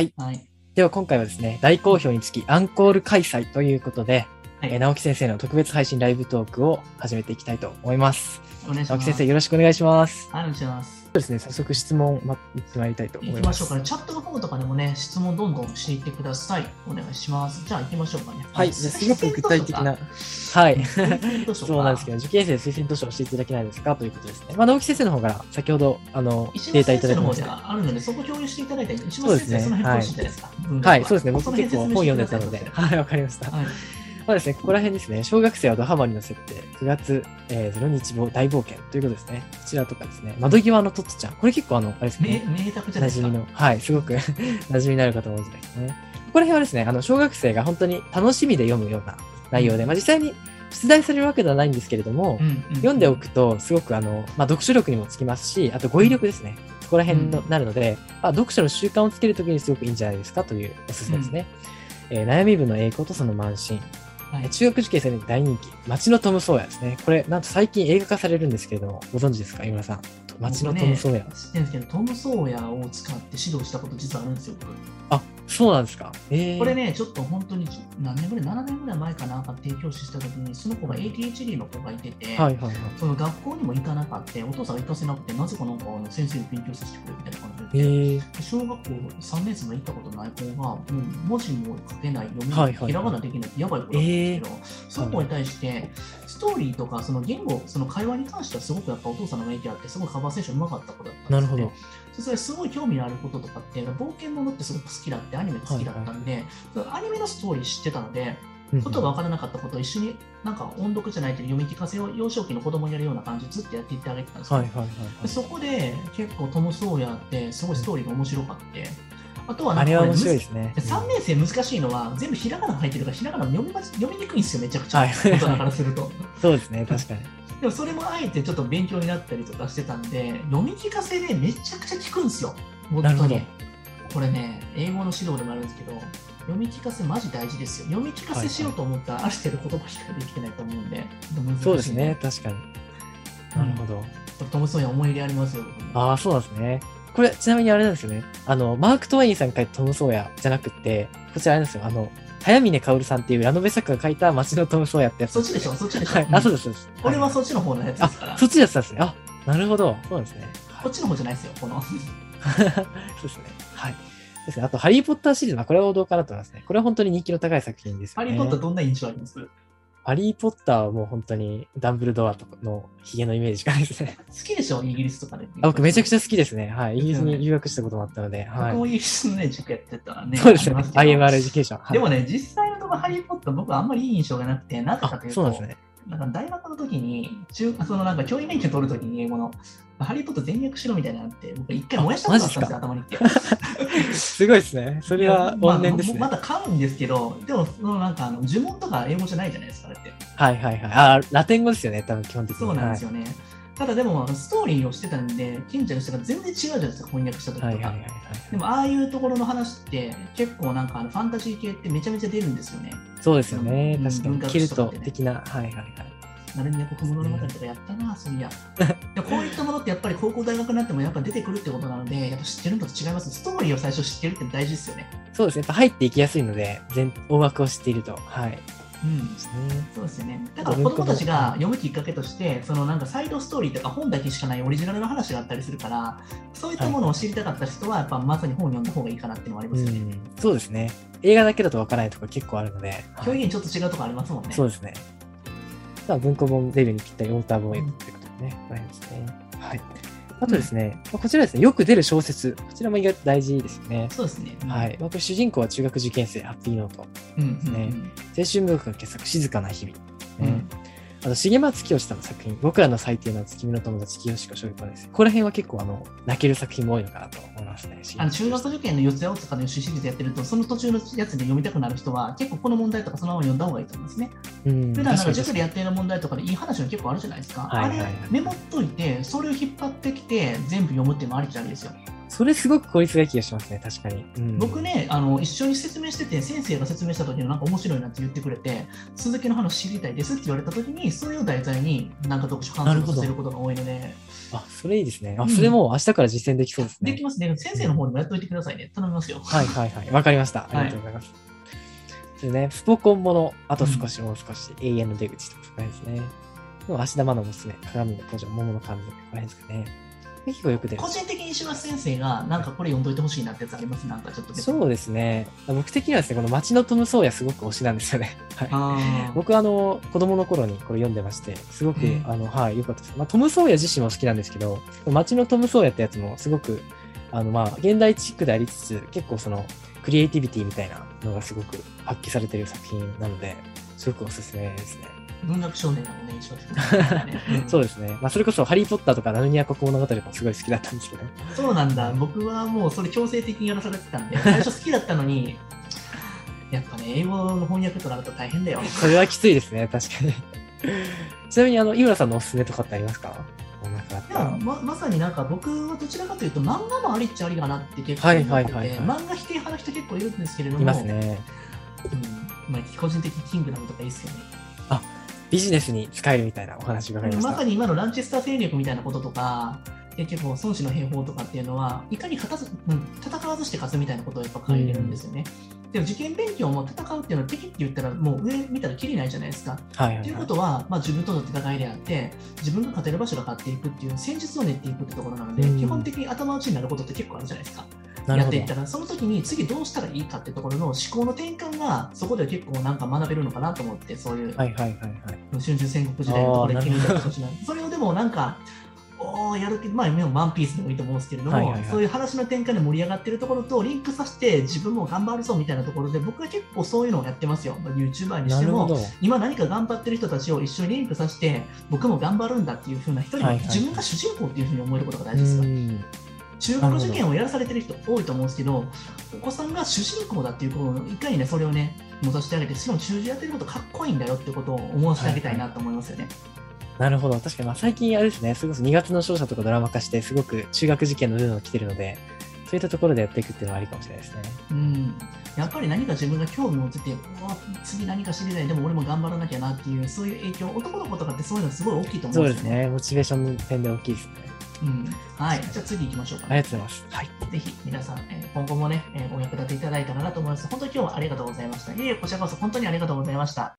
はい。 はい。 では今回はですね、大好評につきアンコール開催ということで、 はい。 直樹先生の特別配信ライブトークを始めていきたいと思います。 お願いし直樹先生、 ます。 よろしくお願いします。 はい、お願いします。 そうですね、早速質問ってまいりたいと思います。 行きましょうかね。チャットの方とかでもね、質問どんどんしていってください。お願いします。じゃあ行きましょうかね。 はい。じゃあすごく具体的な、はい。質問なんですけど、受験生推薦図書を教えていただけないですかということですね。直樹先生の方から先ほど、 石データい橋先生の方でただきました。 あるので、そこ共有していただいて、石そうですね橋先生、その辺詳しいんじゃないですか。 はい、そうですね。僕その辺結構本読んでたので、はい、わかりました。 はい。 ですね、ここら辺ですね、小学生はドハマりの設定、9月、0日大冒険ということですね。こちらとかですね、窓際のトッツちゃん。これ結構あれですね、 名作じゃないですか。 馴染みの、はい、すごく馴染みになる方も多いんじゃないですかね。ここら辺はですね、小学生が本当に楽しみで読むような内容で、実際に出題されるわけではないんですけれども、読んでおくと、すごく読書力にもつきますし、あと語彙力ですね。そこら辺になるので、読書の習慣をつけるときにすごくいいんじゃないですかというおすすめですね。悩み部の英語とその慢心。中学受験生に大人気、街のトム・ソーヤですね。これ、なんと最近映画化されるんですけれども、ご存知ですか、井村さん。街のトム・ソーヤ。 知ってるんですけど、トム・ソーヤを使って指導したこと実はあるんですよ、僕。 あ、そうなんですか。 これね、ちょっと本当に何年ぐらい、7年ぐらい前かな、家庭教師した時に、その子が ADHD の子がいてて、その学校にも行かなかった、お父さんが行かせなくて、なぜかなんか先生に勉強させてくれみたいな感じで、小学校3年生まで行ったことない子が、もう文字も書けない、読めない、ひらがなできないってやばい子だったんですけど、その子に対して、ストーリーとかその言語、その会話に関してはすごくやっぱお父さんの影響あって、すごいカバーセッションうまかった子だったんですね。それすごい興味のあることとかって、冒険ものってすごく好きだって、アニメ好きだったんで、アニメのストーリー知ってたので、ことが分からなかったことを一緒になんか音読じゃないけど読み聞かせを幼少期の子供にやるような感じでずっとやっていってあげてたんですよ。そこで結構トム・ソーヤってすごいストーリーが面白かって、あとはなんかこれ3年生難しいのは全部ひらがなが入ってるからひらがな読みにくいんですよ、めちゃくちゃ。大人からすると。 そうですね、確かに。 でもそれもあえてちょっと勉強になったりとかしてたんで、読み聞かせでめちゃくちゃ聞くんですよ。本当に。これね、英語の指導でもあるんですけど、読み聞かせマジ大事ですよ。読み聞かせしようと思ったら、ある程度言葉しかできてないと思うんで、 そうですね、確かに。なるほど。 トム・ソーヤ思い入れありますよ。 ああ、そうなんですね。これ、ちなみにあれなんですよね。マーク・トワインさんが書いたトム・ソーヤじゃなくて、こちらあれなんですよ。早峰薫さんっていうラノベ作家が書いた街のトム・ソーヤってやつ。 そっちでしょ、そっちでしょ。 あ、そうです、そうです。 これはそっちの方のやつですから。 そっちだったんですね。あ、なるほど。そうなんですね。 こっちの方じゃないですよ、この。 そうですね。はい。ですね。あと、ハリー・ポッターシリーズ、これは王道かなと思いますね。これは本当に人気の高い作品ですよね。 ハリー・ポッターどんな印象あります？ ハリー・ポッターはもう本当にダンブルドアとかのヒゲのイメージしかないですね。 好きでしょ、イギリスとかで。 僕めちゃくちゃ好きですね。はい。イギリスに留学したこともあったので。 僕もイギリスのね、塾やってたらね。 そうですね。IMR エデュケーション。 でもね、実際のところハリー・ポッター僕はあんまりいい印象がなくて、なぜかというと、 そうなんですね。 なんか大学の時に、なんか教員免許取る時に英語の、ハリー・ポッター全略しろみたいなのあって、僕一回燃やしたことあったんですよ、頭にって。 すごいですね。それは怨念ですね。 まだ買うんですけど、でも、なんか呪文とか英語じゃないじゃないですか、あれって。 はいはいはい。ラテン語ですよね、多分基本的に。 そうなんですよね。ただでも、ストーリーをしてたんで、賢者の人が全然違うじゃないですか、翻訳した時とか。でも、ああいうところの話って、結構なんかファンタジー系ってめちゃめちゃ出るんですよね。 そうですよね。確かに。キルト的な。はいはいはい。 なるみや国物語とかやったな、そういや。こういったものってやっぱり高校大学になってもやっぱ出てくるってことなので、やっぱ知ってるのと違います。ストーリーを最初知ってるって大事ですよね。 そうですね。やっぱ入っていきやすいので、大枠を知っていると。はい。 そうですよね。だから子供たちが読むきっかけとして、そのなんかサイドストーリーとか本だけしかないオリジナルの話があったりするから、そういったものを知りたかった人は、やっぱまさに本を読んだ方がいいかなっていうのはありますよね。 そうですね。映画だけだとわからないところ結構あるので。 表現ちょっと違うところありますもんね。 そうですね。文庫本デビューにぴったりオーター本へってことでね。大変ですね。はい。あとですね、こちらですね、よく出る小説。こちらも意外と大事ですよね。 そうですね。 はい。僕、主人公は中学受験生、ハッピーノートですね。青春文学が傑作、静かな日々。あと、重松清さんの作品、僕らの最低な月見の友達、清子翔子です。ここら辺は結構、泣ける作品も多いのかなと思いますね。 中学受験の四谷大塚のシリーズやってると、その途中のやつで読みたくなる人は、結構この問題とかそのまま読んだ方がいいと思いますね。普段なんか塾でやっている問題とかでいい話が結構あるじゃないですか。あれ、メモっといて、それを引っ張ってきて、全部読むっていうのもありじゃないですよ。 それすごく効率がいい気がしますね、確かに。 僕ね、一緒に説明してて、先生が説明した時になんか面白いなって言ってくれて、続きの話知りたいですって言われた時に、それを題材になんか読書感想させることが多いので。 それいいですね。それも明日から実践できそうですね。 できますね。先生の方にもやっておいてくださいね。頼みますよ。 はいはいはい。わかりました。ありがとうございます。ですね、スポコンもの、あと少しもう少し、永遠の出口とかそこら辺ですね。でも、芦田愛の娘、鏡の工場、桃の神ここら辺ですかね。結構よく出る。 個人的に石橋先生が、なんかこれ読んどいてほしいなってやつあります？なんかちょっと。 そうですね。僕的にはですね、この街のトム・ソーヤすごく推しなんですよね。はい。僕子供の頃にこれ読んでまして、すごく、はい、良かったです。トム・ソーヤ自身も好きなんですけど、街のトム・ソーヤってやつもすごく、現代チックでありつつ、結構クリエイティビティみたいなのがすごく発揮されている作品なので、すごくおすすめですね。 文学少年なのね、一緒そうですね。それこそ、ハリー・ポッターとかナルニア国物語とかすごい好きだったんですけど。 そうなんだ。僕はもうそれ強制的にやらされてたんで、最初好きだったのに、やっぱね、英語の翻訳となると大変だよ。 それはきついですね、確かに。ちなみに、井浦さんのおすすめとかってありますか？ いや、まさになんか僕はどちらかというと漫画もありっちゃありかなって結構思ってて、漫画否定派の人結構いるんですけれども、 いますね。 個人的にキングダムとかいいっすよね。 ビジネスに使えるみたいなお話がありました。 まさに今のランチェスター戦略みたいなこととか、結局孫子の兵法とかっていうのは、いかに戦わずして勝つみたいなことをやっぱ書いてるんですよね。でも受験勉強も戦うっていうのは敵って言ったらもう上見たらきりないじゃないですか。ということは、自分との戦いであって、自分が勝てる場所が勝っていくっていう戦術を練っていくってところなので、基本的に頭打ちになることって結構あるじゃないですか。やっていったら、その時に次どうしたらいいかってところの思考の転換がそこでは結構なんか学べるのかなと思って、そういう春秋戦国時代のところで決めた形なんで、それをでもなんか、やる気、ワンピースでもいいと思うんですけれども、そういう話の転換で盛り上がってるところとリンクさせて自分も頑張るぞみたいなところで、僕は結構そういうのをやってますよ。YouTuber にしても、今何か頑張ってる人たちを一緒にリンクさせて、僕も頑張るんだっていう風な人に、自分が主人公っていう風に思えることが大事ですよ。中学受験をやらされてる人多いと思うんですけど、お子さんが主人公だっていうことをいかにね、それをね、持たせてあげて、しかも中受やってることかっこいいんだよってことを思わせてあげたいなと思いますよね。 なるほど。確かに、最近あれですね、それこそ2月の勝者とかドラマ化して、すごく中学受験のルールが来てるので、そういったところでやっていくっていうのはありかもしれないですね。 やっぱり何か自分が興味を持ってて、次何か知りたい、でも俺も頑張らなきゃなっていう、そういう影響、男の子とかってそういうのすごい大きいと思うんですよね。 そうですね。モチベーションの点で大きいですね。 はい。じゃあ次行きましょうか、 ありがとうございます。はい。 ぜひ皆さん、今後もね、お役立ていただいたらなと思います。本当に今日はありがとうございました。こちらこそ本当にありがとうございました。